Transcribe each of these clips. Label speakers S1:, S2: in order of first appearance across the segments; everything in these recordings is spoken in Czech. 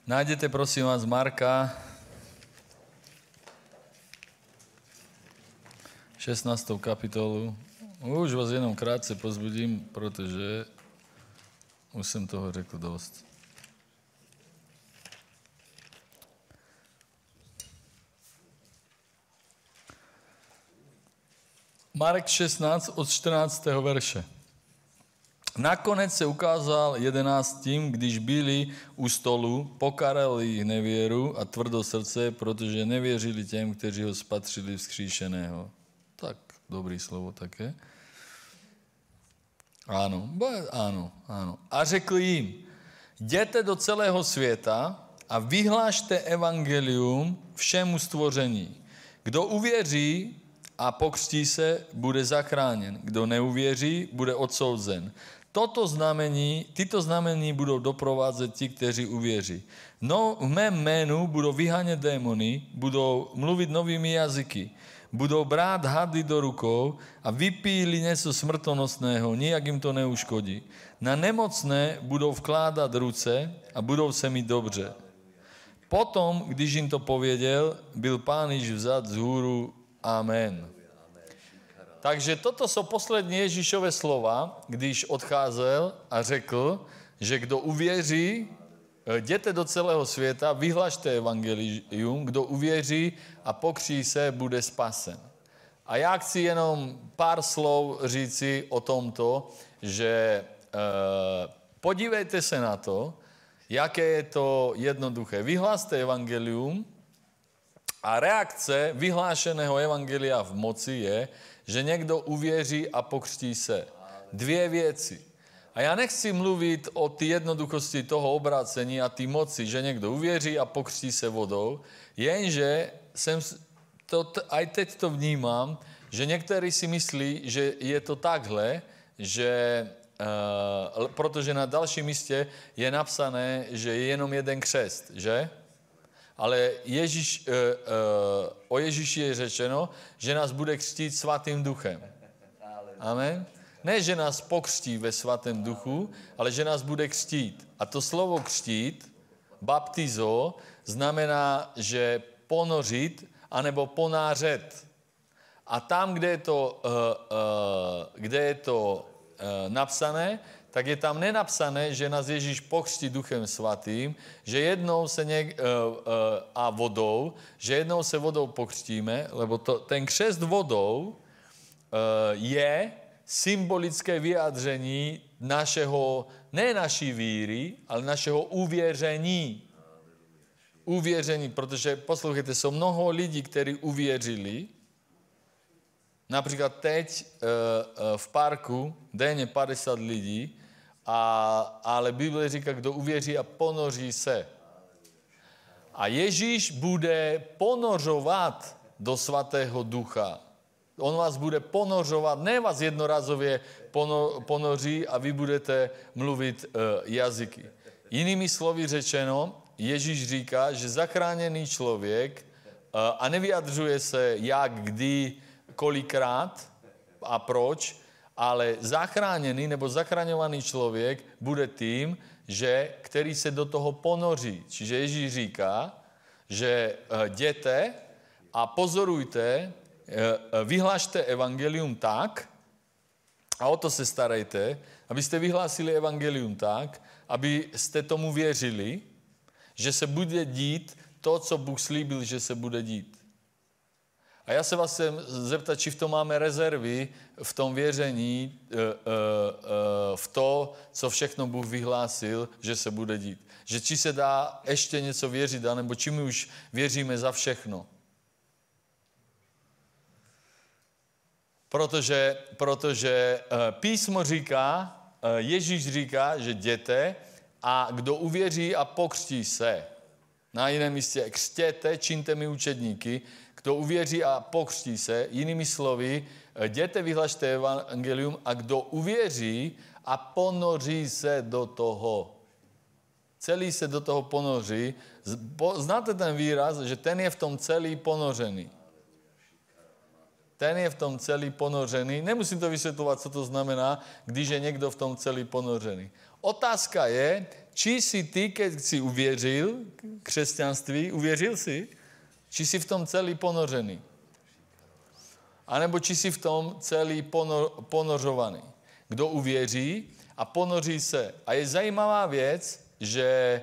S1: Nájdete prosím vás Marka 16. kapitolu. Už vás jenom krátce pozbudím, protože už jsem toho řekl dost. Marek 16 od 14. verše. Nakonec se ukázal 11, když byli u stolu, pokarali jich nevěru a tvrdou srdce, protože nevěřili těm, kteří ho spatřili vzkříšeného. Tak, dobrý slovo také. Ano. A řekl jim, jděte do celého světa a vyhlášte evangelium všemu stvoření. Kdo uvěří a pokřtí se, bude zachráněn. Kdo neuvěří, bude odsouzen. Tyto znamení budou doprovázet ti, kteří uvěří. No, v mém jménu budou vyhánět démony, budou mluvit novými jazyky, budou brát hady do rukou a vypíli něco smrtonosného, nijak jim to neuškodí. Na nemocné budou vkládat ruce a budou se mít dobře. Potom, když jim to pověděl, byl Pán již vzat vzhůru. Amen. Takže toto jsou poslední Ježíšové slova, když odcházel a řekl, že kdo uvěří, jděte do celého světa, vyhlašte evangelium, kdo uvěří a pokří se, bude spasen. A já chci jenom pár slov říci o tomto, že podívejte se na to, jaké je to jednoduché. Vyhlaste evangelium a reakce vyhlášeného evangelia v moci je, že někdo uvěří a pokřtí se. Dvě věci. A já nechci mluvit o té jednoduchosti toho obrácení a té moci, že někdo uvěří a pokřtí se vodou, jenže aj teď to vnímám, že někteří si myslí, že je to takhle, že, protože na dalším místě je napsané, že je jenom jeden křest, že? Ale o Ježíši je řečeno, že nás bude křtít svatým duchem. Amen. Ne, že nás pokřtí ve svatém duchu, ale že nás bude křtít. A to slovo křtít, baptizo, znamená, že ponořit, anebo ponářet. A tam, kde je to napsané, tak je tam nenapsané, že nás Ježíš pokřtí duchem svatým, že jednou se a vodou, že jednou se vodou pokřtíme, lebo ten křest vodou je symbolické vyjádření ne naší víry, ale našeho uvěření. Uvěření, protože poslouchejte, jsou mnoho lidí, kteří uvěřili. Například teď v parku denně 50 lidí, ale Bible říká, kdo uvěří a ponoří se. A Ježíš bude ponořovat do svatého ducha. On vás bude ponořovat, ne vás jednorázově ponoří a vy budete mluvit jazyky. Jinými slovy řečeno, Ježíš říká, že zachráněný člověk, a nevyjadřuje se jak, kdy, kolikrát a proč, ale zachráněný nebo zachraňovaný člověk bude tím, který se do toho ponoří. Čiže Ježíš říká, že jděte a pozorujte, vyhlašte evangelium tak, a o to se starejte, abyste vyhlásili evangelium tak, abyste tomu věřili, že se bude dít to, co Bůh slíbil, že se bude dít. A já se vás chcem zeptat, či v tom máme rezervy, v tom věření, v to, co všechno Bůh vyhlásil, že se bude dít. Že či se dá ještě něco věřit, anebo či my už věříme za všechno. Protože písmo říká, Ježíš říká, že jděte a kdo uvěří a pokřtí se. Na jiném místě křtěte, čiňte mi učedníky, kdo uvěří a pokřtí se, jinými slovy, jděte, vyhlašte evangelium a kdo uvěří a ponoří se do toho. Celý se do toho ponoří. Znáte ten výraz, že ten je v tom celý ponořený. Ten je v tom celý ponořený. Nemusím to vysvětlovat, co to znamená, když je někdo v tom celý ponořený. Otázka je, či si ty, keď si uvěřil křesťanství, uvěřil si, či si v tom celý ponořený. A nebo či si v tom celý ponořovaný. Kdo uvěří a ponoří se. A je zajímavá věc, že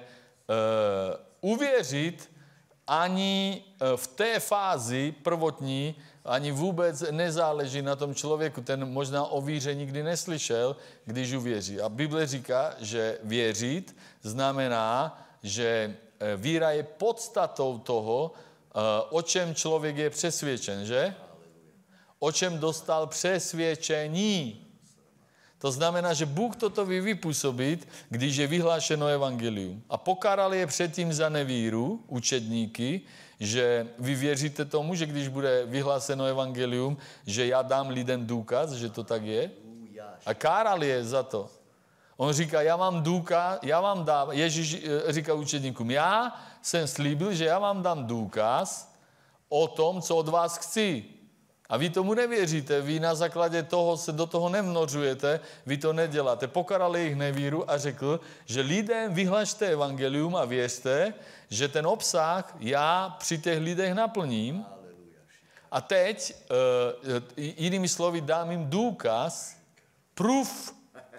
S1: uvěřit ani v té fázi prvotní, ani vůbec nezáleží na tom člověku. Ten možná o víře nikdy neslyšel, když uvěří. A Bible říká, že věřit znamená, že víra je podstatou toho, o čem člověk je přesvědčen, že? O čem dostal přesvědčení. To znamená, že Bůh toto ví vypůsobit, když je vyhlášeno evangelium. A pokáral je předtím za nevíru, učedníky, že vy věříte tomu, že když bude vyhláseno evangelium, že já dám lidem důkaz, že to tak je. A káral je za to. On říká, já vám důkaz, já vám dám, Ježíš říká učedníkům, já jsem slíbil, že já vám dám důkaz o tom, co od vás chci. A vy tomu nevěříte, vy na základě toho se do toho nevnořujete, vy to neděláte. Pokaral jejich nevíru a řekl, že lidem vyhlašte evangelium a věřte, že ten obsah já při těch lidech naplním. A teď, jinými slovy, dám jim důkaz, proof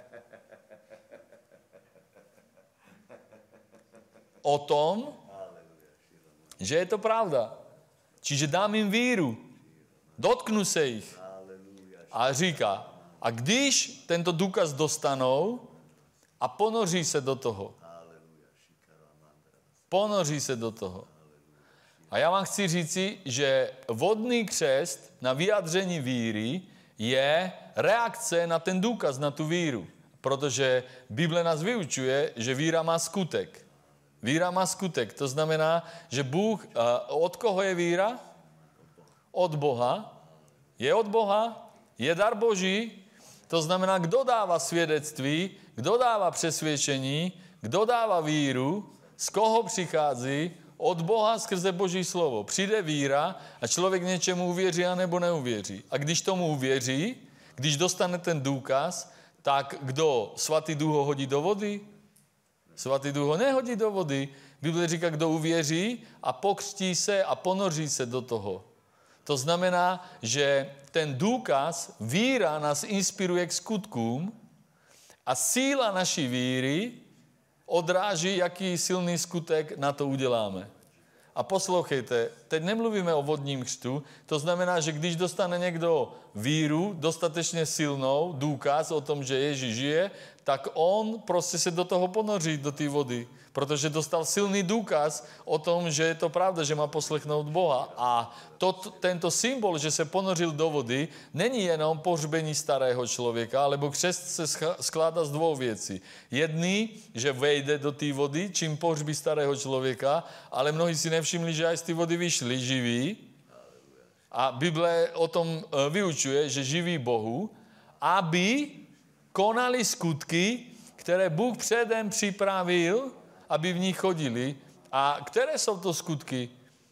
S1: o tom, že je to pravda. Čiže dám jim víru. Dotknu se jich. A říká, a když tento důkaz dostanou a ponoří se do toho. Ponoří se do toho. A já vám chci říci, že vodný křest na vyjádření víry je reakce na ten důkaz, na tu víru. Protože Bible nás vyučuje, že víra má skutek. Víra má skutek. To znamená, že Bůh, od koho je víra? Od Boha. Je od Boha, je dar Boží, to znamená, kdo dává svědectví, kdo dává přesvědčení, kdo dává víru, z koho přichází, od Boha skrze Boží slovo. Přijde víra a člověk něčemu uvěří a nebo neuvěří. A když tomu uvěří, když dostane ten důkaz, tak kdo? Svatý Duch ho hodí do vody? Svatý Duch ho nehodí do vody. Bible říká, kdo uvěří a pokřtí se a ponoří se do toho. To znamená, že ten důkaz, víra nás inspiruje k skutkům a síla naší víry odráží, jaký silný skutek na to uděláme. A poslouchejte, teď nemluvíme o vodním křtu, to znamená, že když dostane někdo víru, dostatečně silnou, důkaz o tom, že Ježíš žije, tak on prostě se do toho ponoří, do té vody. Protože dostal silný důkaz o tom, že je to pravda, že má poslechnout Boha. A tento symbol, že se ponořil do vody, není jenom pohřbení starého člověka, alebo křest se skládá z dvou věcí. Jedný, že vejde do té vody, čím pohřbí starého člověka, ale mnohí si nevšimli, že aj z té vody vyšli živí. A Bible o tom vyučuje, že živí Bohu, aby konali skutky, které Bůh předem připravil, aby v nich chodili. A které jsou to skutky?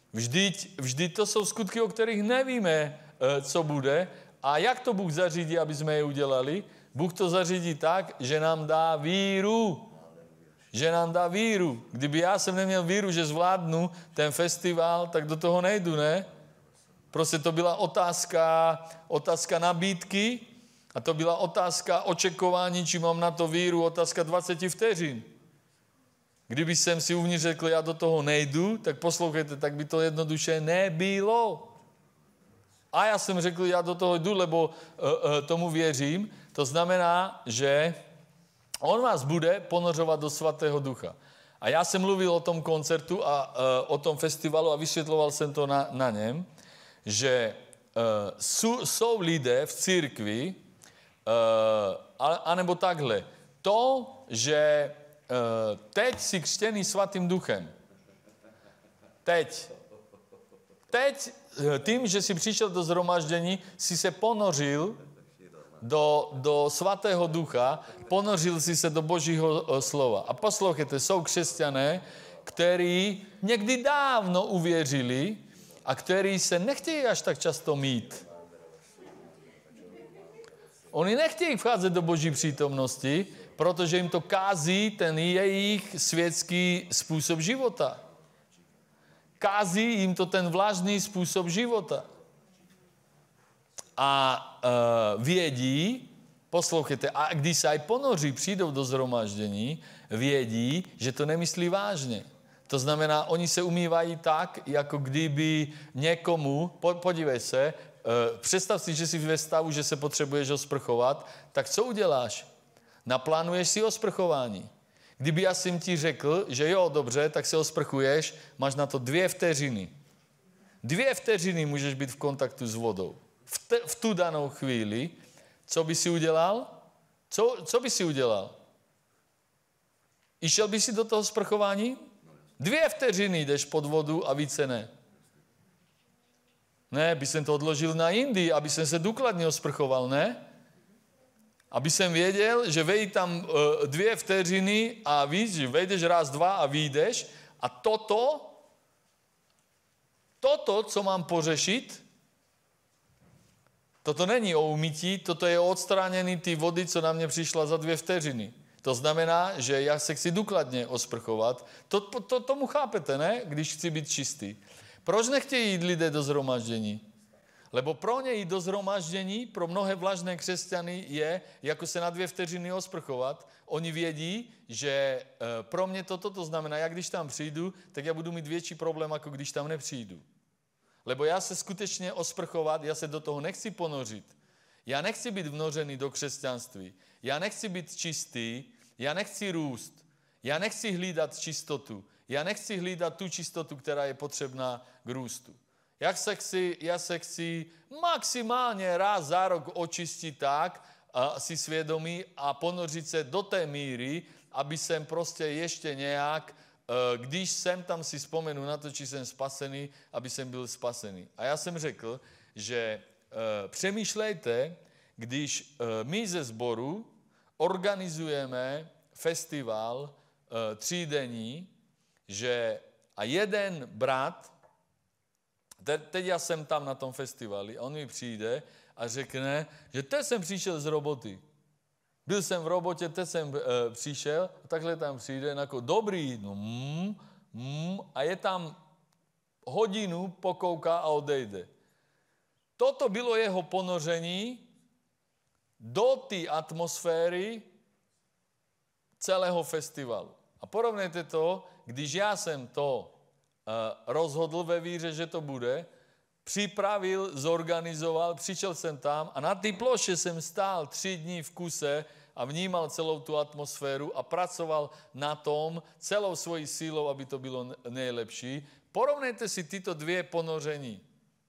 S1: Vždyť to jsou skutky, o kterých nevíme, co bude. A jak to Bůh zařídí, aby jsme je udělali? Bůh to zařídí tak, že nám dá víru. Že nám dá víru. Kdyby já jsem neměl víru, že zvládnu ten festival, tak do toho nejdu, ne? Prostě to byla otázka nabídky a to byla otázka očekování, či mám na to víru, otázka 20 vteřin. Kdyby jsem si uvnitř řekl, já do toho nejdu, tak poslouchejte, tak by to jednoduše nebylo. A já jsem řekl, já do toho jdu, lebo tomu věřím. To znamená, že on vás bude ponořovat do Svatého Ducha. A já jsem mluvil o tom koncertu a o tom festivalu a vysvětloval jsem to na něm, že jsou lidé v církvi, anebo takhle, to, že teď jsi křtěný Svatým Duchem. Teď tím, že jsi přišel do shromaždění, jsi se ponořil do Svatého Ducha, ponořil jsi se do Božího slova. A poslouchejte, jsou křesťané, kteří někdy dávno uvěřili a kteří se nechtějí až tak často mít. Oni nechtějí vcházet do Boží přítomnosti, Protože jim to kází ten jejich světský způsob života. Kází jim to ten vlažný způsob života. A vědí, poslouchejte, a když se aj ponoří, přijdou do zhromáždění, vědí, že to nemyslí vážně. To znamená, oni se umývají tak, jako kdyby někomu, podívej se, představ si, že jsi ve stavu, že se potřebuješ osprchovat, tak co uděláš? Naplánuješ si osprchování. Kdyby já jsem ti řekl, že jo, dobře, tak se osprchuješ, máš na to 2 vteřiny. 2 vteřiny můžeš být v kontaktu s vodou. V tu danou chvíli, co by si udělal? Co by si udělal? Išel by si do toho sprchování? 2 vteřiny jdeš pod vodu a více ne. Ne, by jsem to odložil na jindy, aby jsem se důkladně osprchoval, ne? Aby jsem věděl, že vejde tam 2 vteřiny a víš, že vejdeš raz, 2 a vyjdeš a toto, co mám pořešit, toto není o umytí, toto je o odstranění ty vody, co na mě přišla za 2 vteřiny. To znamená, že já se chci důkladně osprchovat. Tomu chápete, ne? Když chci být čistý. Proč nechtějí jít lidé do zhromaždění? Lebo pro ně jít do zhromaždění, pro mnohé vlažné křesťany je, jako se na 2 vteřiny osprchovat. Oni vědí, že pro mě to znamená, jak když tam přijdu, tak já budu mít větší problém, jako když tam nepřijdu. Lebo já se skutečně osprchovat, já se do toho nechci ponořit. Já nechci být vnořený do křesťanství. Já nechci být čistý, já nechci růst. Já nechci hlídat čistotu. Já nechci hlídat tu čistotu, která je potřebná k růstu. Já se chci maximálně raz za rok očistit tak, si svědomí a ponořit se do té míry, aby jsem prostě ještě nějak, když jsem tam si vzpomenu na to, či jsem spasený, aby jsem byl spasený. A já jsem řekl, že přemýšlejte, když my ze sboru organizujeme festival 3denní, že a jeden brat, teď já jsem tam na tom festivali, on mi přijde a řekne, že teď jsem přišel z roboty. Byl jsem v robotě, teď jsem přišel, a takhle tam přijde, jako dobrý, a je tam hodinu, pokouká a odejde. Toto bylo jeho ponoření do té atmosféry celého festivalu. A porovnejte to, když já jsem to rozhodl ve víře, že to bude, připravil, zorganizoval, přišel jsem tam a na té ploše jsem stál 3 dní v kuse a vnímal celou tu atmosféru a pracoval na tom celou svojí sílou, aby to bylo nejlepší. Porovnejte si tyto 2 ponoření.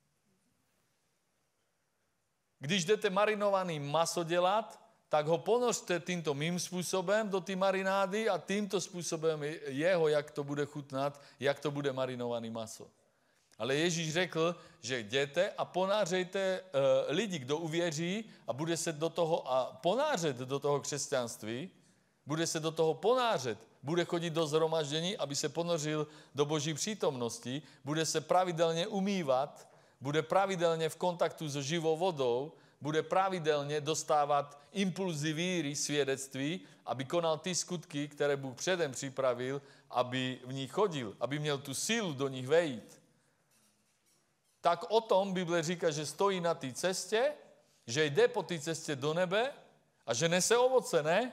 S1: Když jdete marinovaný maso dělat, tak ho ponořte tímto mým způsobem do té marinády a tímto způsobem jeho, jak to bude chutnat, jak to bude marinovaný maso. Ale Ježíš řekl, že jděte a ponářejte lidi, kdo uvěří a bude se do toho a ponářet do toho křesťanství, bude se do toho ponářet, bude chodit do shromaždění, aby se ponořil do Boží přítomnosti, bude se pravidelně umývat, bude pravidelně v kontaktu s živou vodou, bude pravidelně dostávat impulzy víry, svědectví, aby konal ty skutky, které Bůh předem připravil, aby v nich chodil, aby měl tu sílu do nich vejít. Tak o tom Bible říká, že stojí na té cestě, že jde po té cestě do nebe a že nese ovoce, ne?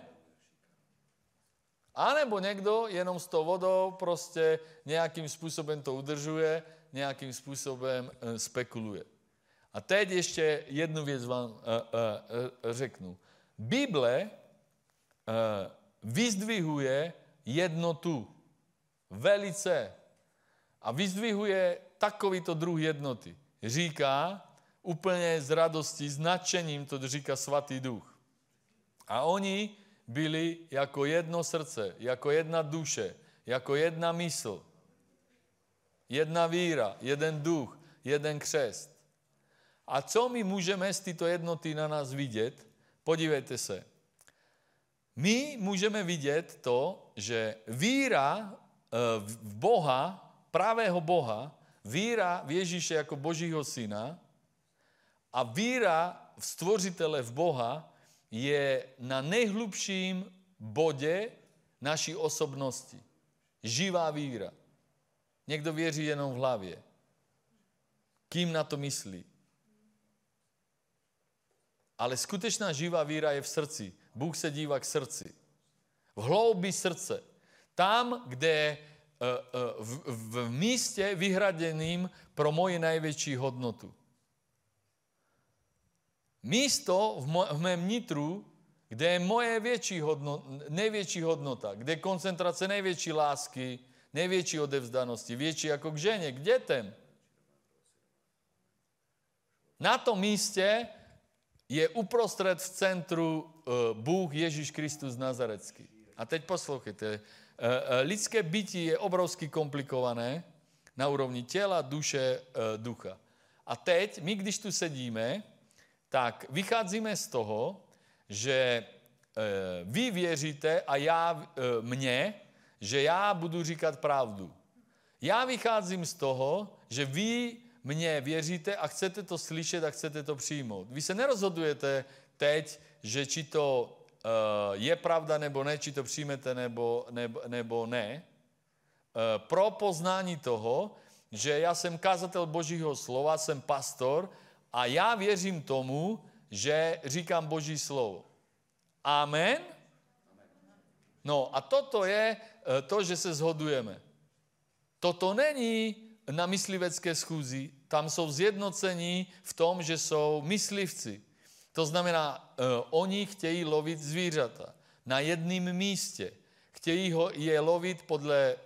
S1: A nebo někdo jenom s tou vodou prostě nějakým způsobem to udržuje, nějakým způsobem spekuluje. A teď ještě jednu věc vám řeknu. Bible vyzdvihuje jednotu velice a vyzdvihuje takovýto druh jednoty. Říká úplně s radostí, s nadšením, to říká Svatý Duch. A oni byli jako jedno srdce, jako jedna duše, jako jedna mysl, jedna víra, jeden duch, jeden křest. A co my můžeme z této jednoty na nás vidět? Podívejte se. My můžeme vidět to, že víra v Boha, pravého Boha, víra v Ježíše jako Božího syna a víra v Stvořitele, v Boha je na nejhlubším bodě naší osobnosti. Živá víra. Někdo věří jenom v hlavě. Kým na to myslí? Ale skutečná živá víra je v srdci. Bůh se dívá k srdci. V hloubi srdce. Tam, kde v místě vyhraděným pro moji největší hodnotu. Místo v mém nitru, kde je moje největší hodnota, kde je koncentrace největší lásky, největší odevzdanosti, větší jako k ženě, k dětem. Na tom místě je uprostřed v centru Bůh Ježíš Kristus Nazarecký. A teď poslouchejte. Lidské bytí je obrovsky komplikované na úrovni těla, duše, ducha. A teď, my když tu sedíme, tak vycházíme z toho, že vy věříte a já mně, že já budu říkat pravdu. Já vycházím z toho, že vy mně věříte a chcete to slyšet a chcete to přijmout. Vy se nerozhodujete teď, že či to je pravda nebo ne, či to přijmete nebo ne. Pro poznání toho, že já jsem kazatel Božího slova, jsem pastor a já věřím tomu, že říkám Boží slovo. Amen? No a toto je to, že se shodujeme. Toto není na myslivecké schůzi, tam jsou zjednocení v tom, že jsou myslivci. To znamená, oni chtějí lovit zvířata na jednom místě. Chtějí je lovit podle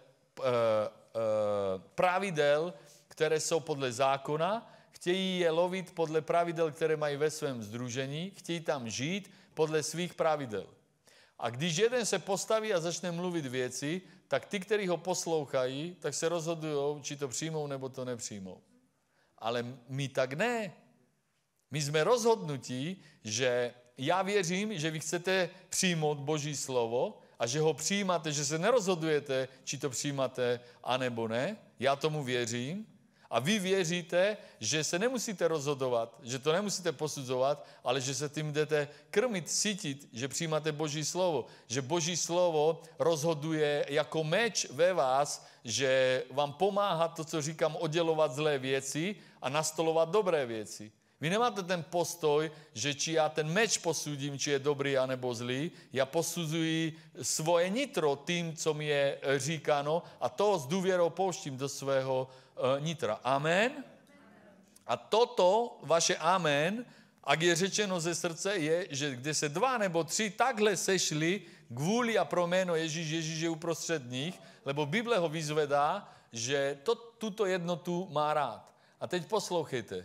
S1: pravidel, které jsou podle zákona, chtějí je lovit podle pravidel, které mají ve svém sdružení, chtějí tam žít podle svých pravidel. A když jeden se postaví a začne mluvit věci, tak ty, kteří ho poslouchají, tak se rozhodují, či to přijmou, nebo to nepřijmou. Ale my tak ne. My jsme rozhodnutí, že já věřím, že vy chcete přijmout Boží slovo a že ho přijímáte, že se nerozhodujete, či to přijímáte, anebo ne. Já tomu věřím. A vy věříte, že se nemusíte rozhodovat, že to nemusíte posuzovat, ale že se tím jdete krmit, cítit, že přijímáte Boží slovo. Že Boží slovo rozhoduje jako meč ve vás, že vám pomáhá to, co říkám, oddělovat zlé věci a nastolovat dobré věci. Vy nemáte ten postoj, že či já ten meč posudím, či je dobrý, anebo zlý. Já posuzuji svoje nitro tím, co mi je říkáno a to s důvěrou pouštím do svého nitra. Amen? A toto, vaše amen, ak je řečeno ze srdce, je, že kde se 2 nebo 3 takhle sešli kvůli a pro jméno Ježíš je uprostřed nich, lebo Bible ho vyzvedá, že tuto jednotu má rád. A teď poslouchejte.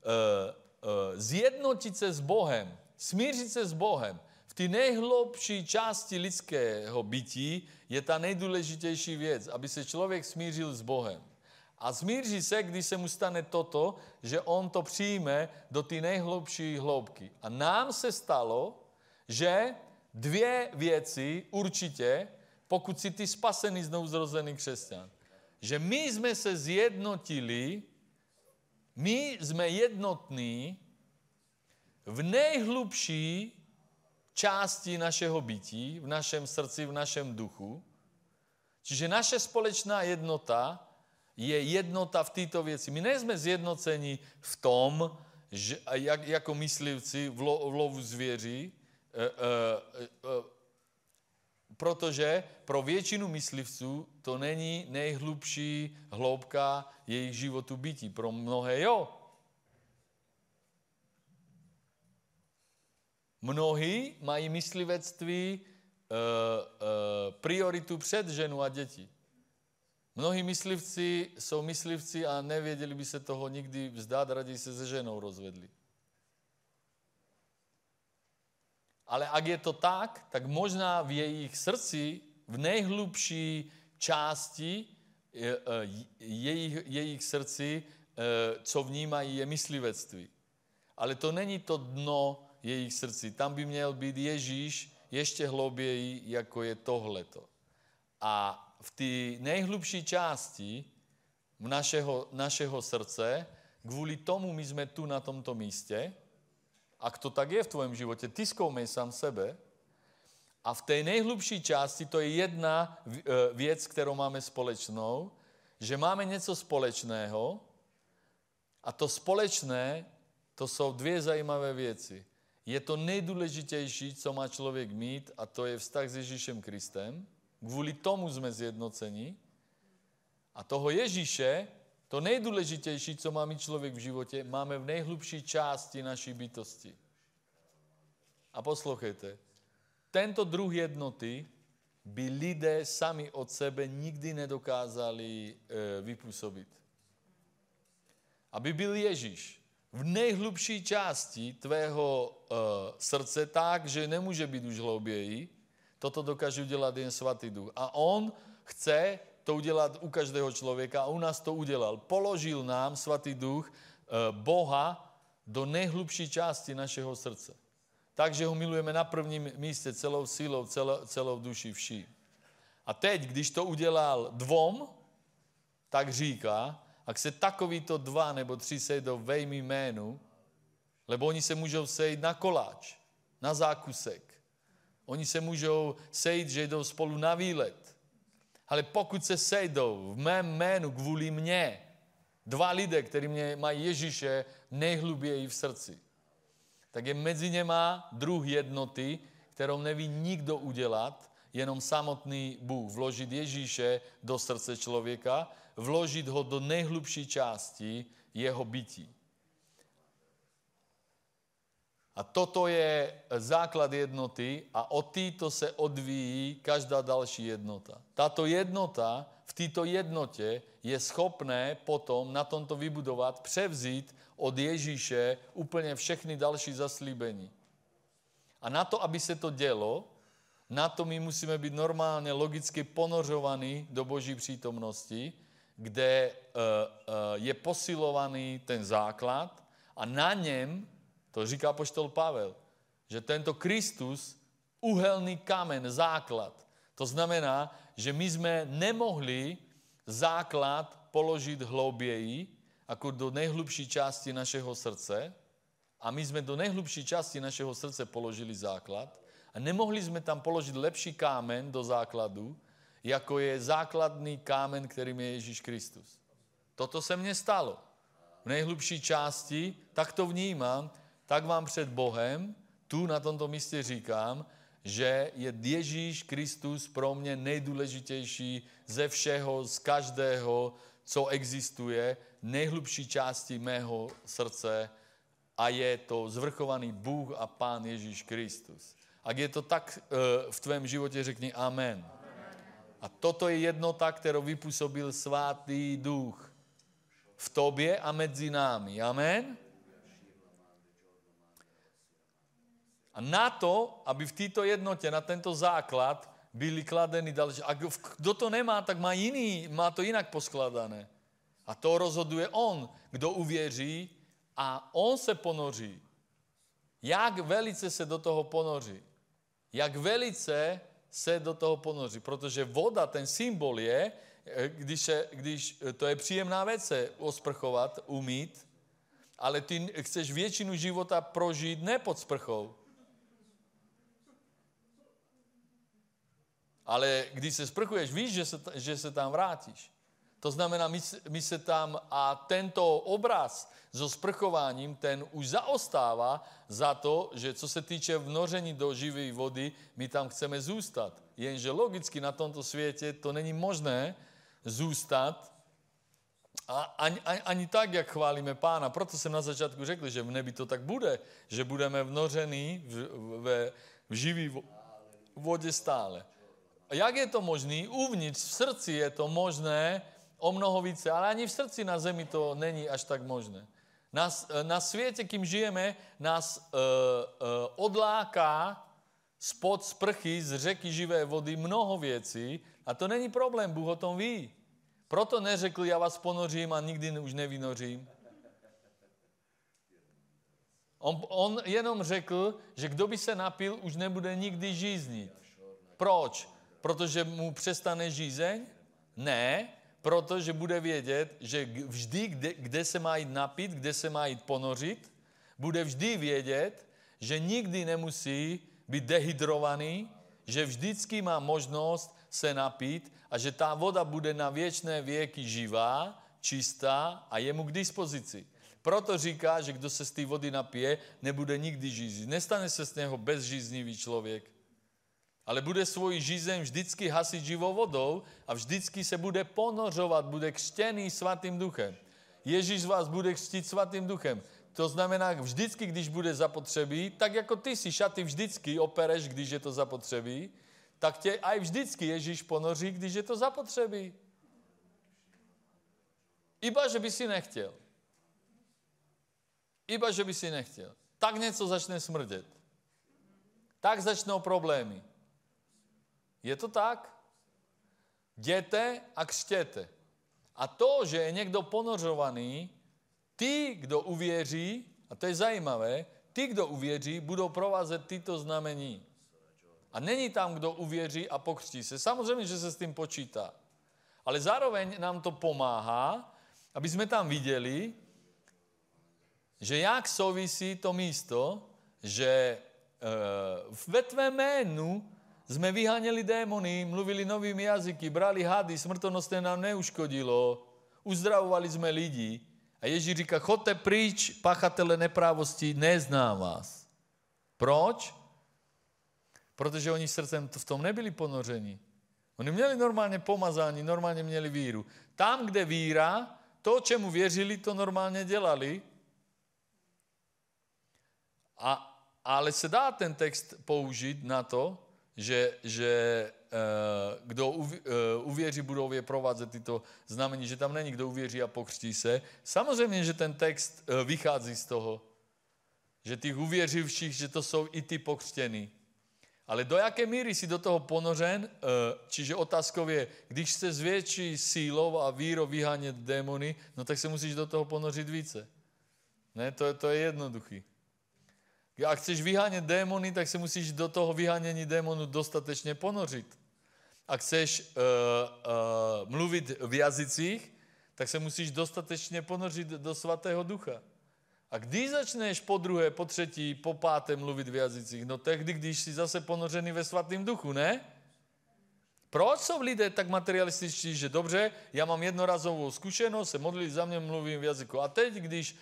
S1: Zjednotit se s Bohem, smířit se s Bohem v té nejhlubší části lidského bytí je ta nejdůležitější věc, aby se člověk smířil s Bohem. A smíří se, když se mu stane toto, že on to přijme do té nejhlubší hloubky. A nám se stalo, že 2 věci určitě, pokud si ty spasený znovuzrozený křesťan, že my jsme se zjednotili, my jsme jednotní v nejhlubší části našeho bytí, v našem srdci, v našem duchu. Čiže naše společná jednota je jednota v této věci. My nejsme zjednoceni v tom, že, jako myslivci v lovu zvěří, protože pro většinu myslivců to není nejhlubší hloubka jejich životu bytí. Pro mnohé jo. Mnohí mají myslivectví prioritu před ženu a děti. Mnohí myslivci jsou myslivci a nevěděli by se toho nikdy vzdát, raději se se ženou rozvedli. Ale ak je to tak možná v jejich srdci, v nejhlubší části jejich srdci, co vnímají, je myslivectví. Ale to není to dno jejich srdci. Tam by měl být Ježíš ještě hlouběji, jako je tohleto. A v té nejhlubší části našeho srdce, kvůli tomu my jsme tu na tomto místě, ak to tak je v tvém životě, ty zkoumej sám sebe, A v té nejhlubší části to je jedna věc, kterou máme společnou, že máme něco společného a to společné, to jsou dvě zajímavé věci. Je to nejdůležitější, co má člověk mít, a to je vztah s Ježíšem Kristem. Kvůli tomu jsme zjednoceni. A toho Ježíše, to nejdůležitější, co má mít člověk v životě, máme v nejhlubší části naší bytosti. A poslouchejte, tento druh jednoty by lidé sami od sebe nikdy nedokázali vypůsobit. Aby byl Ježíš v nejhlubší části tvého srdce tak, že nemůže být už hlouběji, toto dokáže udělat jen Svatý Duch. A on chce to udělat u každého člověka a u nás to udělal. Položil nám Svatý Duch Boha do nejhlubší části našeho srdce. Takže ho milujeme na prvním místě celou silou, celou duší vší. A teď, když to udělal dvom, tak říká, ak se takovýto 2 nebo 3 sejdou ve mém jménu, lebo oni se můžou sejít na koláč, na zákusek. Oni se můžou sejít, že jdou spolu na výlet. Ale pokud se sejdou v mém jménu kvůli mně, 2 lidé, kteří mě mají Ježíše nejhluběji v srdci, tak je mezi něma druh jednoty, kterou neví nikdo udělat, jenom samotný Bůh. Vložit Ježíše do srdce člověka, vložit ho do nejhlubší části jeho bytí. A toto je základ jednoty a od této se odvíjí každá další jednota. Tato jednota, v této jednotě je schopné potom na tomto vybudovat, převzít od Ježíše úplně všechny další zaslíbení. A na to, aby se to dělo, na to my musíme být normálně logicky ponořovaní do Boží přítomnosti, kde je posilovaný ten základ a na něm, to říká apoštol Pavel, že tento Kristus, uhelný kamen, základ, to znamená, že my jsme nemohli základ položit hlouběji, jako do nejhlubší části našeho srdce, a my jsme do nejhlubší části našeho srdce položili základ a nemohli jsme tam položit lepší kámen do základu, jako je základný kámen, kterým je Ježíš Kristus. Toto se mně stalo. V nejhlubší části, tak to vnímám, tak vám před Bohem, tu na tomto místě říkám, že je Ježíš Kristus pro mě nejdůležitější ze všeho, z každého, co existuje, nejhlubší části mého srdce, a je to zvrchovaný Bůh a Pán Ježíš Kristus. Ak je to tak v tvém životě, řekni amen. A toto je jednota, kterou vypůsobil Svatý Duch v tobě a mezi námi. Amen. A na to, aby v této jednotě, na tento základ, byly kladeny další. A kdo to nemá, tak má to jinak poskladané. A to rozhoduje on, kdo uvěří, a on se ponoří. Jak velice se do toho ponoří. Jak velice se do toho ponoří. Protože voda, ten symbol je, když to je příjemná věc se osprchovat, umýt, ale ty chceš většinu života prožít ne pod sprchou. Ale když se sprchuješ, víš, že se tam vrátíš. To znamená, my se tam, a tento obraz so sprchováním, ten už zaostává za to, že co se týče vnoření do živé vody, my tam chceme zůstat. Jenže logicky na tomto světě to není možné zůstat a ani tak, jak chválíme Pána. Proto jsem na začátku řekl, že v nebi to tak bude, že budeme vnoření v živé vodě stále. A jak je to možné? Uvnitř, v srdci je to možné o mnoho více, ale ani v srdci na zemi to není až tak možné. Na světě, kým žijeme, nás odláká spod sprchy z řeky živé vody mnoho věcí a to není problém, Bůh o tom ví. Proto neřekl, já vás ponořím a nikdy už nevynořím. On jenom řekl, že kdo by se napil, už nebude nikdy žíznit. Proč? Protože mu přestane žízeň? Ne, protože bude vědět, že vždy, kde se má jít napít, kde se má jít ponořit, bude vždy vědět, že nikdy nemusí být dehydrovaný, že vždycky má možnost se napít a že ta voda bude na věčné věky živá, čistá a je mu k dispozici. Proto říká, že kdo se z té vody napije, nebude nikdy žízit. Nestane se z něho bezžíznivý člověk, ale bude svoji žízeň vždycky hasit živou vodou a vždycky se bude ponořovat, bude křtěný svatým duchem. Ježíš vás bude křtít svatým duchem. To znamená, vždycky, když bude zapotřebí, tak jako ty si šaty vždycky opereš, když je to zapotřebí, tak tě aj vždycky Ježíš ponoří, když je to zapotřebí. Iba, že by si nechtěl. Iba, že by si nechtěl. Tak něco začne smrdět. Tak začnou problémy. Je to tak? Jděte a křtěte. A to, že je někdo ponořovaný, ty, kdo uvěří, a to je zajímavé, ty, kdo uvěří, budou provázet tyto znamení. A není tam, kdo uvěří a pokřtí se. Samozřejmě, že se s tím počítá. Ale zároveň nám to pomáhá, aby jsme tam viděli, že jak souvisí to místo, že ve tvém jménu jsme vyháněli démony, mluvili novými jazyky, brali hady, smrtonosné nám neuškodilo, uzdravovali jsme lidi. A Ježíš říká, choďte pryč, pachatele neprávosti, neznám vás. Proč? Protože oni srdcem v tom nebyli ponořeni. Oni měli normálně pomazání, normálně měli víru. Tam, kde víra, to, čemu věřili, to normálně dělali. Ale se dá ten text použít na to, že kdo uvěří, budou je provázet tyto znamení, že tam není, kdo uvěří a pokřtí se. Samozřejmě, že ten text vychází z toho, že těch uvěřivších, že to jsou i ty pokřtěný. Ale do jaké míry si do toho ponořen, čiže otázkou je, když se s větší sílou a vírou vyhánět démony, no tak se musíš do toho ponořit více. Ne, to je jednoduchý. Jak chceš vyhánět démony, tak se musíš do toho vyhánění démonů dostatečně ponořit. A chceš mluvit v jazycích, tak se musíš dostatečně ponořit do svatého ducha. A když začneš po druhé, po třetí, po páté mluvit v jazycích, no tehdy, když jsi zase ponořený ve svatém duchu, ne? Proč jsou lidé tak materialističtí, že dobře, já mám jednorazovou zkušenost, se modlili za mě, mluvím v jazyku. A teď, když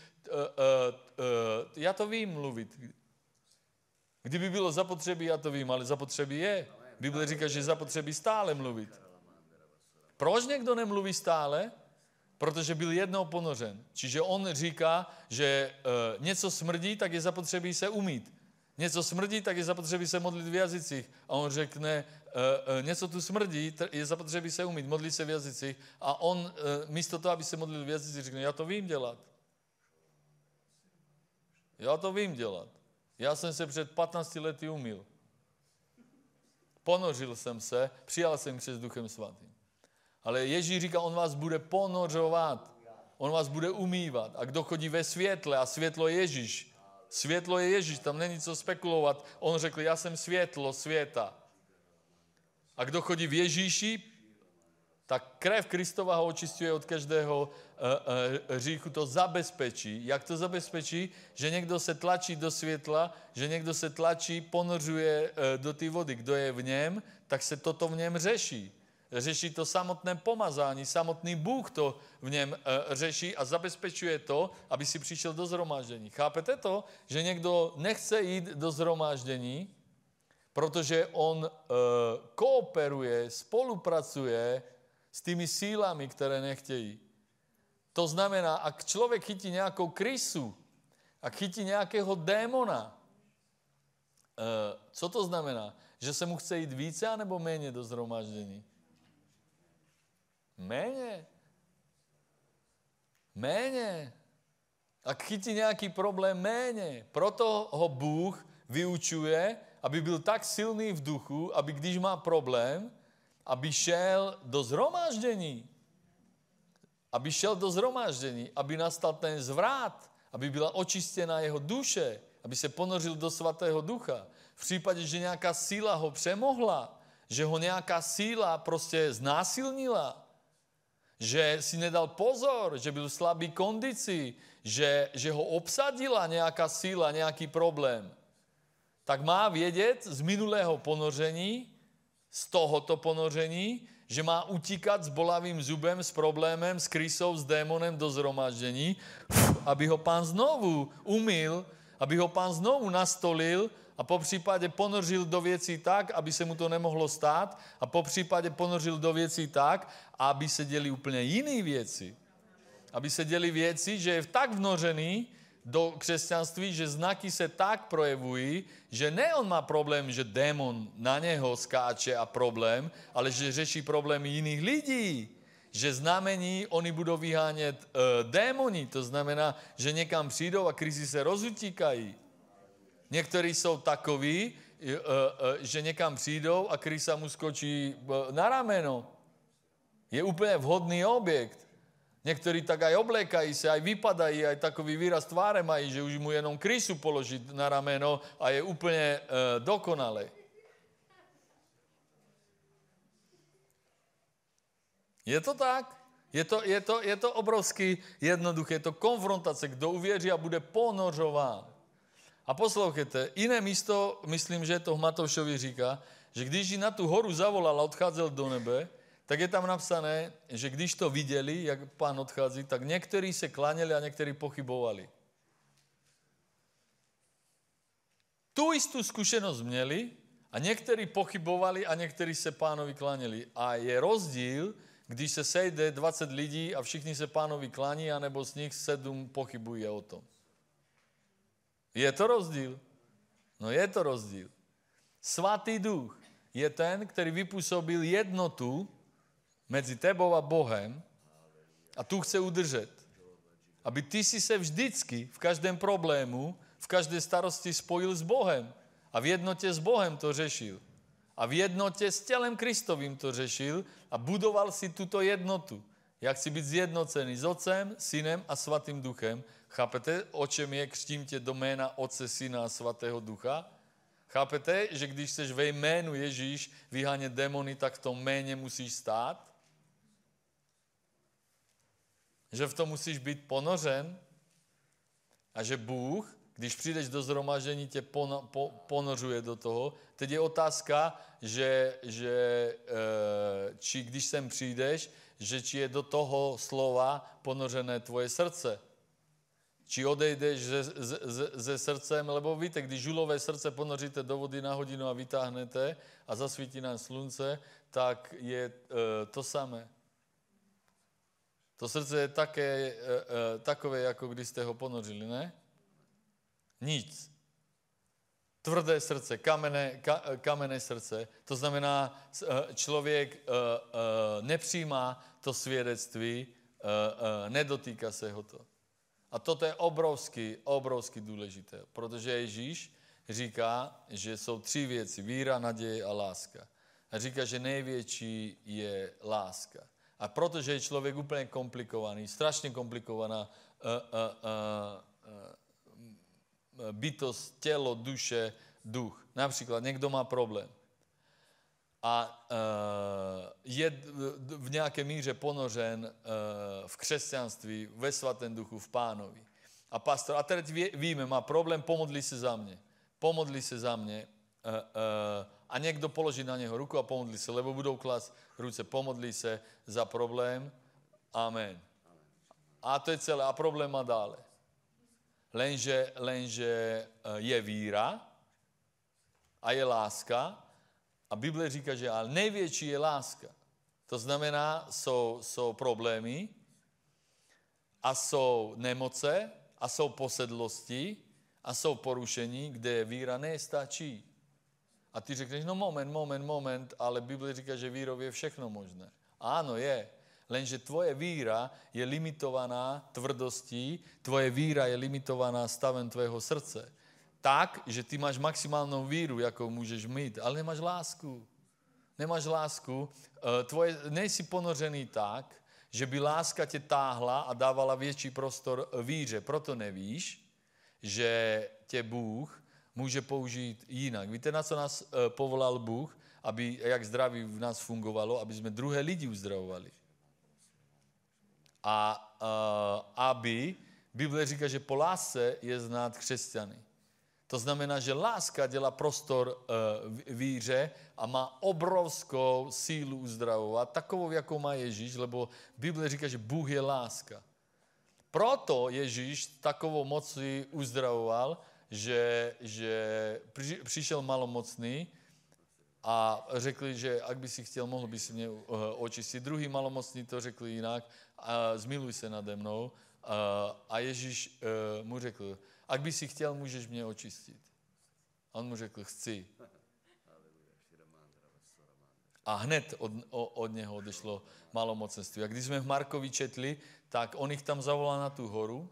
S1: já to vím mluvit. Kdyby bylo zapotřebí, já to vím, ale zapotřebí je. Bible říká, že zapotřebí stále mluvit. Proč někdo nemluví stále? Protože byl jednou ponořen. Čiže on říká, že něco smrdí, tak je zapotřebí se umýt. Něco smrdí, tak je zapotřebí se modlit v jazycích. A on řekne, něco tu smrdí, je zapotřebí se umýt, modlit se v jazycích. A on místo toho, aby se modlil v jazycích, řekne, já to vím dělat. Já to vím dělat. Já jsem se před 15 lety umyl. Ponořil jsem se, přijal jsem křest Duchem Svatým. Ale Ježíš říká, on vás bude ponořovat. On vás bude umývat. A kdo chodí ve světle, a světlo je Ježíš. Světlo je Ježíš, tam není co spekulovat. On řekl, já jsem světlo světa. A kdo chodí v Ježíši, tak krev Kristova ho očistuje od každého hříchu, to zabezpečí. Jak to zabezpečí? Že někdo se tlačí do světla, že někdo se tlačí, ponořuje do té vody. Kdo je v něm, tak se toto v něm řeší. Řeší to samotné pomazání, samotný Bůh to v něm řeší a zabezpečuje to, aby si přišel do shromáždění. Chápete to? Že někdo nechce jít do shromáždění, protože on kooperuje, spolupracuje s těmi sílami, které nechtějí. To znamená, ak člověk chytí nějakou krysu, ak chytí nějakého démona, co to znamená? Že se mu chce jít více anebo méně do shromáždění? Méně. Méně. Ak chytí nějaký problém, méně. Proto ho Bůh vyučuje, aby byl tak silný v duchu, aby když má problém, aby šel do shromáždění. Aby šel do shromáždění, aby nastal ten zvrat, aby byla očištěna jeho duše, aby se ponořil do svatého ducha. V případě, že nějaká síla ho přemohla, že ho nějaká síla prostě znásilnila, že si nedal pozor, že byl v slabý kondici, že ho obsadila nějaká síla, nějaký problém, tak má vědět z minulého ponoření, z tohoto ponoření, že má utíkat s bolavým zubem, s problémem, s krysou, s démonem do zhromáždění, aby ho Pán znovu umyl, aby ho Pán znovu nastolil a po případě ponořil do věcí tak, aby se mu to nemohlo stát a po případě ponořil do věcí tak, aby se děli úplně jiné věci. Aby se děli věci, že je tak vnořený do křesťanství, že znaky se tak projevují, že ne on má problém, že démon na něho skáče a problém, ale že řeší problémy jiných lidí. Že znamení, oni budou vyhánět démoni, to znamená, že někam přijdou a krizi se rozutíkají. Někteří jsou takoví, že někam přijdou a krysa mu skočí na rameno. Je úplně vhodný objekt. Někteří tak aj oblékají se, aj vypadají, aj takový výraz tváře mají, že už mu jenom krysu položit na rameno a je úplně dokonalý. Je to tak? Je to obrovsky jednoduché, je to konfrontace, kdo uvěří a bude ponořován. A poslouchejte, jiné místo, myslím, že to v Matoušovi říká, že když ji na tu horu zavolal a odcházel do nebe, tak je tam napsané, že když to viděli, jak Pán odchází, tak někteří se klaněli a někteří pochybovali. Tu jistou zkušenost měli a někteří pochybovali a někteří se Pánovi klaněli. A je rozdíl, když se sejde 20 lidí a všichni se Pánovi klání, anebo z nich 7 pochybuje o tom. Je to rozdíl? No je to rozdíl. Svatý duch je ten, který vypůsobil jednotu mezi tebou a Bohem a tu chce udržet. Aby ty si se vždycky v každém problému, v každé starosti spojil s Bohem a v jednotě s Bohem to řešil. A v jednotě s tělem Kristovým to řešil a budoval si tuto jednotu. Jak chci být zjednocený s Otcem, Synem a Svatým Duchem. Chápete, o čem je křtím tě do jména Otce, Syna a Svatého Ducha? Chápete, že když chceš ve jménu Ježíš vyhánět démony, tak v tom jméně musíš stát? Že v tom musíš být ponořen? A že Bůh, když přijdeš do shromáždění, tě ponořuje do toho. Teď je otázka, či když sem přijdeš, že či je do toho slova ponořené tvoje srdce. Či odejdeš ze srdcem, lebo víte, když žulové srdce ponoříte do vody na hodinu a vytáhnete a zasvítí nám slunce, tak je to samé. To srdce je takové, jako když jste ho ponořili, ne? Nic. Tvrdé srdce, kamenné srdce. To znamená, člověk nepřijímá to svědectví, nedotýká se ho to. A toto je obrovsky důležité, protože Ježíš říká, že jsou 3 věci, víra, naděje a láska. A říká, že největší je láska. A protože je člověk úplně komplikovaný, strašně komplikovaná bytost, tělo, duše, duch. Například někdo má problém a je v nějaké míře ponořen v křesťanství, ve Svatém Duchu, v Pánovi. A pastor, a teď víme, má problém, pomodli se za mě a někdo položí na něho ruku a pomodli se, lebo budou klást ruce, pomodli se za problém, amen. A to je celé, a problém má dále. Lenže je víra a je láska a Bible říká, že ale největší je láska. To znamená, jsou problémy a jsou nemoce a jsou posedlosti a jsou porušení, kde víra nestačí. A ty řekneš, no moment, ale Bible říká, že vírou je všechno možné. Ano, je. Lenže tvoje víra je limitovaná tvrdostí, tvoje víra je limitovaná stavem tvého srdce. Tak, že ty máš maximálnou víru, jakou můžeš mít, ale nemáš lásku. Nejsi ponořený tak, že by láska tě táhla a dávala větší prostor víře. Proto nevíš, že tě Bůh může použít jinak. Víte, na co nás povolal Bůh, aby, jak zdraví v nás fungovalo, aby jsme druhé lidi uzdravovali. A aby, Bible říká, že po lásce je znát křesťany. To znamená, že láska dělá prostor víře a má obrovskou sílu uzdravovat, takovou, jakou má Ježíš, lebo Bible říká, že Bůh je láska. Proto Ježíš takovou mocí uzdravoval, že přišel malomocný a řekli, že ak by si chtěl, mohl by si mě očistit. Druhý malomocný to řekli jinak, zmiluj se nade mnou. A Ježíš mu řekl, ak by si chtěl, můžeš mě očistit. A on mu řekl, chci. A hned od něho odešlo malomocenství. A když jsme v Markovi četli, tak on jich tam zavolal na tu horu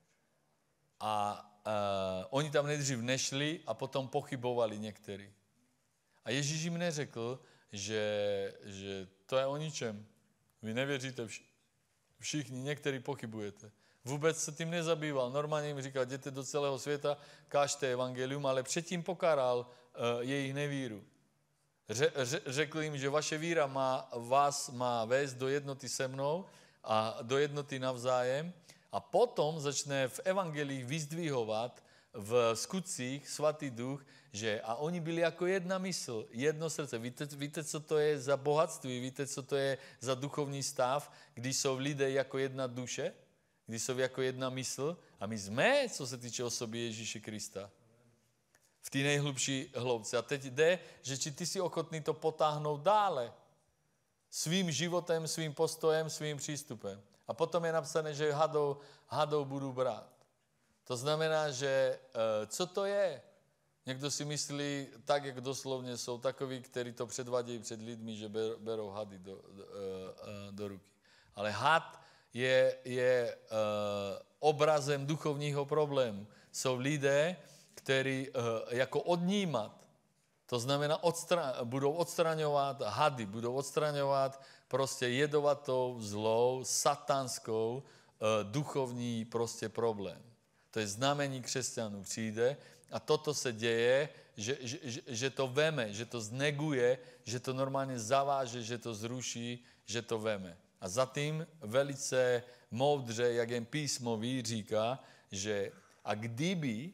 S1: a oni tam nejdřív nešli a potom pochybovali někteří. A Ježíš jim neřekl, že to je o ničem. Vy nevěříte všichni, někteří pochybujete. Vůbec se tím nezabýval. Normálně jim říkal, jděte do celého světa, kážte evangelium, ale předtím pokáral jejich nevíru. Řekl jim, že vaše víra vás má vést do jednoty se mnou a do jednoty navzájem a potom začne v evangelích vyzdvihovat v skutcích svatý duch, že a oni byli jako jedna mysl, jedno srdce. Víte, co to je za bohatství? Víte, co to je za duchovní stav, když jsou lidé jako jedna duše? Když jsou jako jedna mysl? A my jsme, co se týče osoby Ježíše Krista. V té nejhlubší hloubce. A teď jde, že či ty jsi ochotný to potáhnout dále. Svým životem, svým postojem, svým přístupem. A potom je napsané, že hadou budu brát. To znamená, že co to je? Někdo si myslí, tak jak doslovně jsou takoví, kteří to předvádějí před lidmi, že berou hady do ruky. Ale had je obrazem duchovního problému. Jsou lidé, kteří jako odnímat, to znamená budou odstraňovat hady, budou odstraňovat prostě jedovatou, zlou, satanskou, duchovní prostě problém. To je znamení křesťanů. Přijde a toto se děje, že to veme, že to zneguje, že to normálně zaváže, že to zruší, že to veme. A zatím velice moudře, jak jen písmo ví, říká, že a kdyby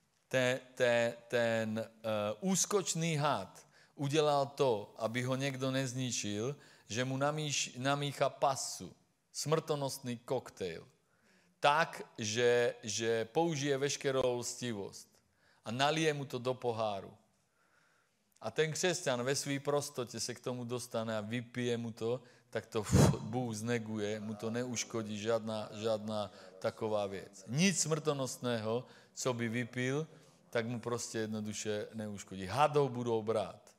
S1: ten úskočný had udělal to, aby ho někdo nezničil, že mu namíchá pasu, smrtonostný koktejl, tak, že použije veškerou lstivost a nalije mu to do poháru. A ten křesťan ve své prostotě se k tomu dostane a vypije mu to, tak to Bůh zneguje, mu to neuškodí žádná taková věc. Nic smrtonostného, co by vypil, tak mu prostě jednoduše neuškodí. Hadou budou brát.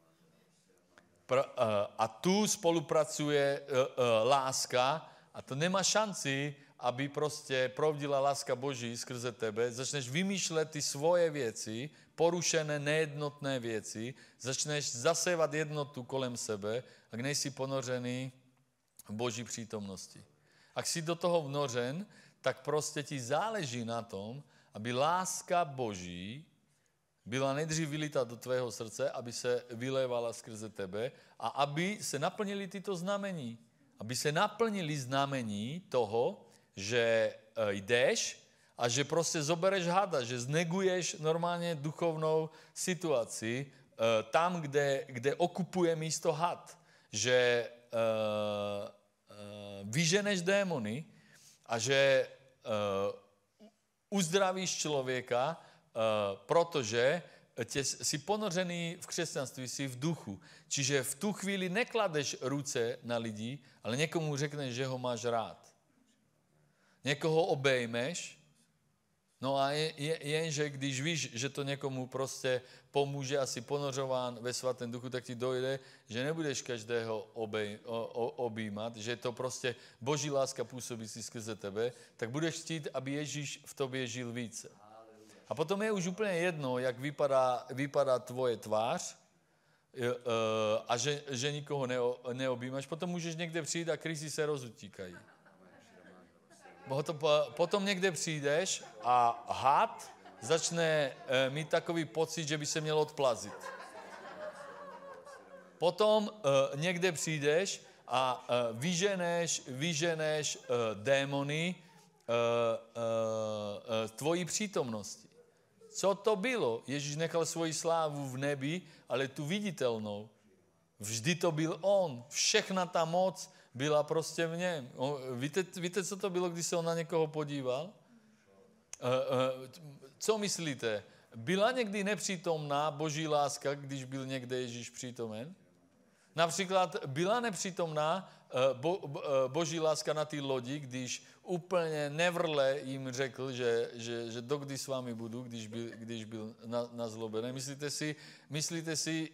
S1: A tu spolupracuje láska a to nemá šanci, aby prostě proudila láska Boží skrze tebe. Začneš vymýšlet ty svoje věci, porušené, nejednotné věci, začneš zasévat jednotu kolem sebe, ak nejsi ponořený v Boží přítomnosti. Ak jsi do toho vnořen, tak prostě ti záleží na tom, aby láska Boží byla nejdřív vylita do tvého srdce, aby se vylévala skrze tebe a aby se naplnili tyto znamení. Aby se naplnili znamení toho, že jdeš a že prostě zobereš hada, že zneguješ normálně duchovnou situaci tam, kde okupuje místo had. Že vyženeš démony a že uzdravíš člověka, protože jsi ponořený v křesťanství, jsi v duchu. Čiže v tu chvíli nekladeš ruce na lidi, ale někomu řekneš, že ho máš rád. Někoho obejmeš, no a jenže když víš, že to někomu prostě pomůže a jsi ponořován ve svatém duchu, tak ti dojde, že nebudeš každého objímat, že to prostě Boží láska působí si skrze tebe, tak budeš chtít, aby Ježíš v tobě žil více. A potom je už úplně jedno, jak vypadá tvoje tvář a že nikoho neobjímáš. Potom můžeš někde přijít a krysy se rozutíkají. Potom někde přijdeš a had začne mít takový pocit, že by se měl odplazit. Potom někde přijdeš a vyženeš démony tvojí přítomnosti. Co to bylo? Ježíš nechal svoji slávu v nebi, ale tu viditelnou. Vždy to byl on. Všechna ta moc byla prostě v něm. Víte, co to bylo, když se on na někoho podíval? Co myslíte? Byla někdy nepřítomná boží láska, když byl někde Ježíš přítomen? Například byla nepřítomná boží láska na té lodi, když úplně nevrle jim řekl, že dokdy s vámi budu, když byl nazlobený. Myslíte si,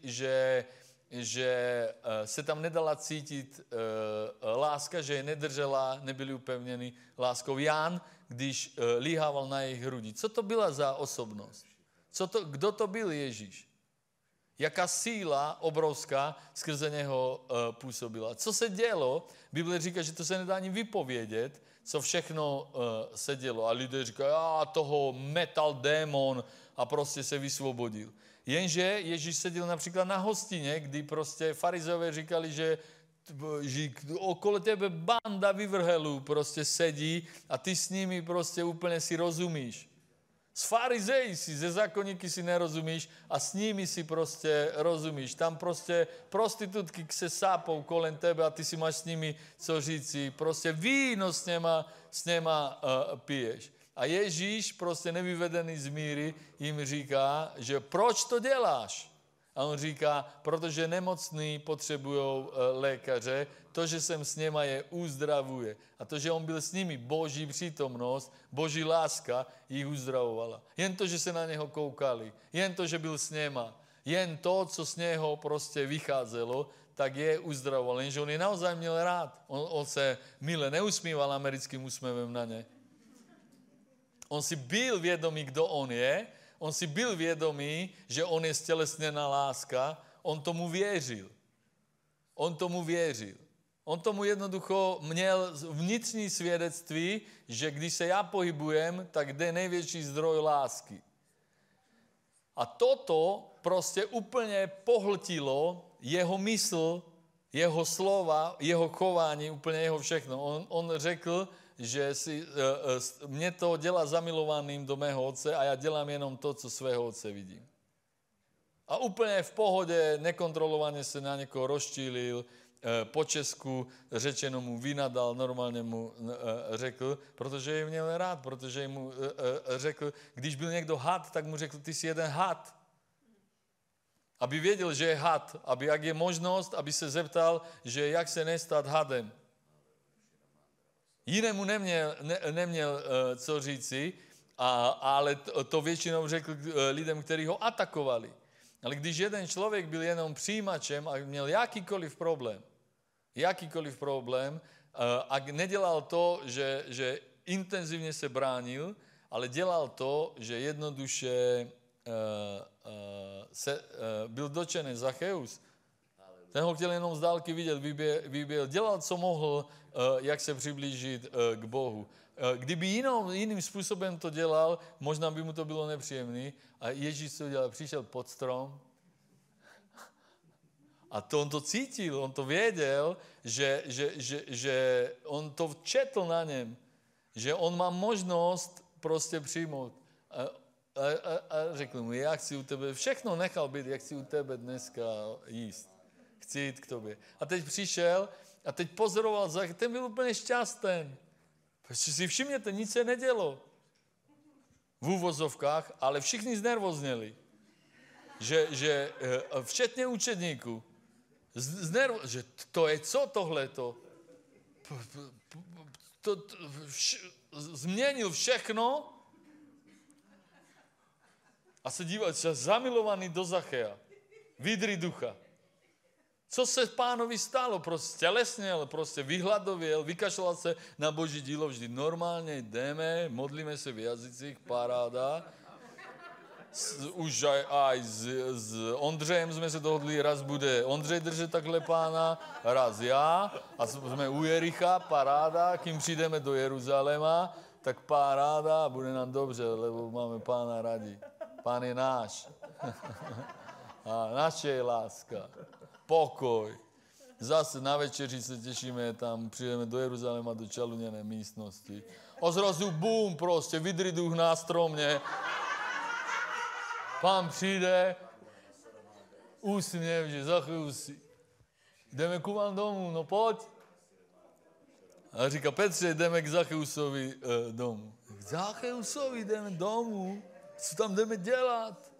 S1: že se tam nedala cítit láska, že je nedržela, nebyli upevněni láskou. Jan, když líhával na jejich hrudi. Co to byla za osobnost? Kdo to byl Ježíš? Jaká síla obrovská skrze něho působila. Co se dělo? Bible říká, že to se nedá ani vypovědět, co všechno se dělo. A lidé říkají, toho metal démon a prostě se vysvobodil. Jenže Ježíš seděl například na hostině, kdy prostě farizeové říkali, že okolo tebe banda vyvrhelů prostě sedí a ty s nimi prostě úplně si rozumíš. S farizeji si, ze zákonníky si nerozumíš a s nimi si prostě rozumíš. Tam prostě prostitutky se sápou kolem tebe a ty si máš s nimi co říci. Prostě víno s něma piješ. A Ježíš, prostě nevyvedený z míry, jim říká, že proč to děláš? A on říká, protože nemocní potřebují lékaře, to, že jsem s něma je uzdravuje. A to, že on byl s nimi, boží přítomnost, boží láska jich uzdravovala. Jen to, že se na něho koukali, jen to, že byl s něma, jen to, co z něho prostě vycházelo, tak je uzdravoval. Jenže on je naozaj měl rád. On se mile neusmíval americkým úsměvem na ně. On si byl vědomý, kdo on je, on si byl vědomý, že on je stělesněná láska, on tomu věřil. On tomu jednoducho měl vnitřní svědectví, že když se já pohybujem, tak jde největší zdroj lásky. A toto prostě úplně pohltilo jeho mysl, jeho slova, jeho chování, úplně jeho všechno. On řekl, že mě to dělá zamilovaným do mého otce a já dělám jenom to, co svého otce vidím. A úplně v pohodě, nekontrolovaně se na někoho rozčílil, po česku řečeno mu vynadal, normálně mu řekl, protože je měl rád, protože mu řekl, když byl někdo had, tak mu řekl, ty jsi jeden had. Aby věděl, že je had, aby jak je možnost, aby se zeptal, že jak se nestát hadem. Jinému neměl co říci, ale to většinou řekl lidem, kteří ho atakovali. Ale když jeden člověk byl jenom přijímačem a měl jakýkoliv problém a nedělal to, že intenzivně se bránil, ale dělal to, že jednoduše byl dotčený Zacheus. Ten ho chtěl jenom z dálky vidět, vyběl, dělal, co mohl, jak se přiblížit k Bohu. Kdyby jiným způsobem to dělal, možná by mu to bylo nepříjemné. A Ježíš to dělal, přišel pod strom. A on to cítil, on to věděl, že on to četl na něm, že on má možnost prostě přijmout. A řekl mu, já chci u tebe, všechno nechal být, jak chci u tebe dneska jíst. Chci jít k tobě. A teď přišel a teď pozoroval, ten byl úplně šťastný. Protože si všimněte, nic se nedělo v úvozovkách, ale všichni znervozněli. Že včetně učedníků. Že to je co tohleto? Změnil všechno a se díval, zamilovaný do Zachea. Vydry ducha. Co se pánovi stalo? Prostě stělesněl, prostě vyhladověl, vykašlal se na boží dílo. Vždy normálně jdeme, modlíme se v jazycích, paráda. Už aj s Ondřejem jsme se dohodli, raz bude Ondřej držet takhle pána, raz já. A jsme u Jericha, paráda, kým přijdeme do Jeruzaléma, tak paráda, bude nám dobře, lebo máme pána rádi. Pán je náš. A naše je láska. Pokoj. Zase na večeři se těšíme, tam přijdeme do Jeruzaléma, do čaluněné místnosti. A zrazu bum, prostě, vydry duch na stromě. Pán přijde, úsměv, že Zaccheus, jdeme ku vám domů, no pojď. A říká, Petře, jdeme k Zacheusovi domů. K Zacheusovi jdeme domů? Co tam jdeme dělat?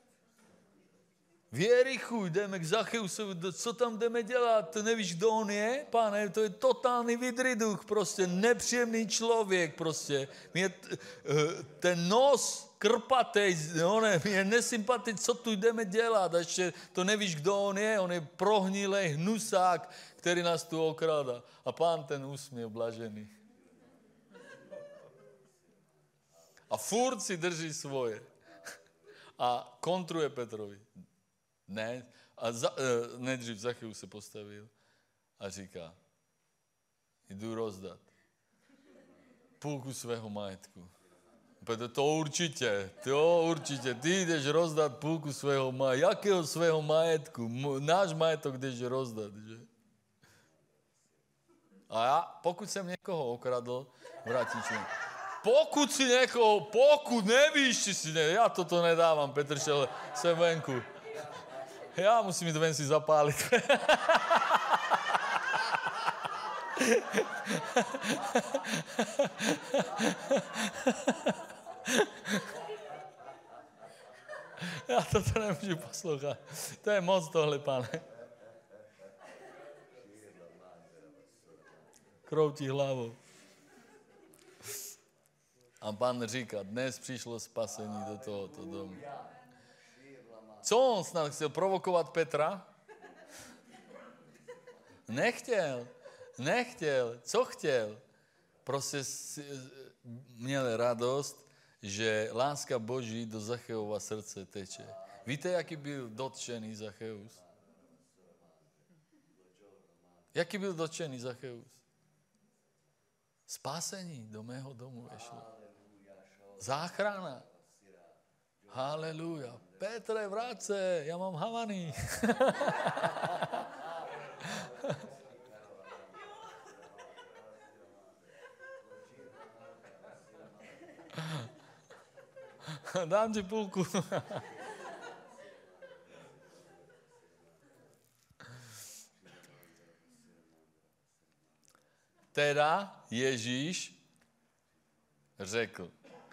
S1: V Jerichu jdeme k Zacheusovi, co tam jdeme dělat? Ty nevíš, kdo on je? Pane, to je totální vidriduch, prostě nepříjemný člověk, prostě. Ten nos krpatej, mi je nesympatický, co tu jdeme dělat? A ještě to nevíš, kdo on je prohnilej hnusák, který nás tu okrádá. A Pán ten úsměv blažený. A furt si drží svoje. A kontruje Petrovi. Ne. A nejdřív Zaccheus se postavil a říká, jdu rozdat půlku svého majetku. Petr, to určitě, ty jdeš rozdat půlku svého majetku. Jakého svého majetku? Náš majetok jdeš rozdat, že? A já, pokud jsem někoho okradl, vratičem. Pokud nevíš, či si ne, já toto nedávám, Petr šel, jsem venku. Já musím jít ven si zapálit. Já toto nemůžu poslouchat. To je moc tohle, Pane. Kroutí hlavou. A Pán říká, dnes přišlo spasení do tohoto domu. Co on snad chtěl provokovat Petra? Nechtěl. Co chtěl? Prostě měl radost, že láska Boží do Zaccheova srdce teče. Víte, jaký byl dotčený Zaccheus? Jaký byl dotčený Zaccheus? Spásení do mého domu vešlo. Záchrana. Haleluja. Petre, vrát se, já mám havaný. Dám ti půlku. Teda Ježíš řekl,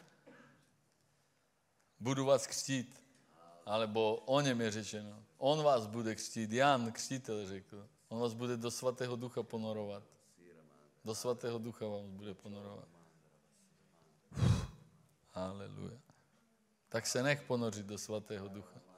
S1: budu vás křtít, alebo o něm je řečeno, on vás bude křtít, Jan křtitel řekl, on vás bude do svatého ducha ponorovat. Do svatého ducha vás bude ponorovat. Haleluja. Tak se nech ponořit do svatého ducha.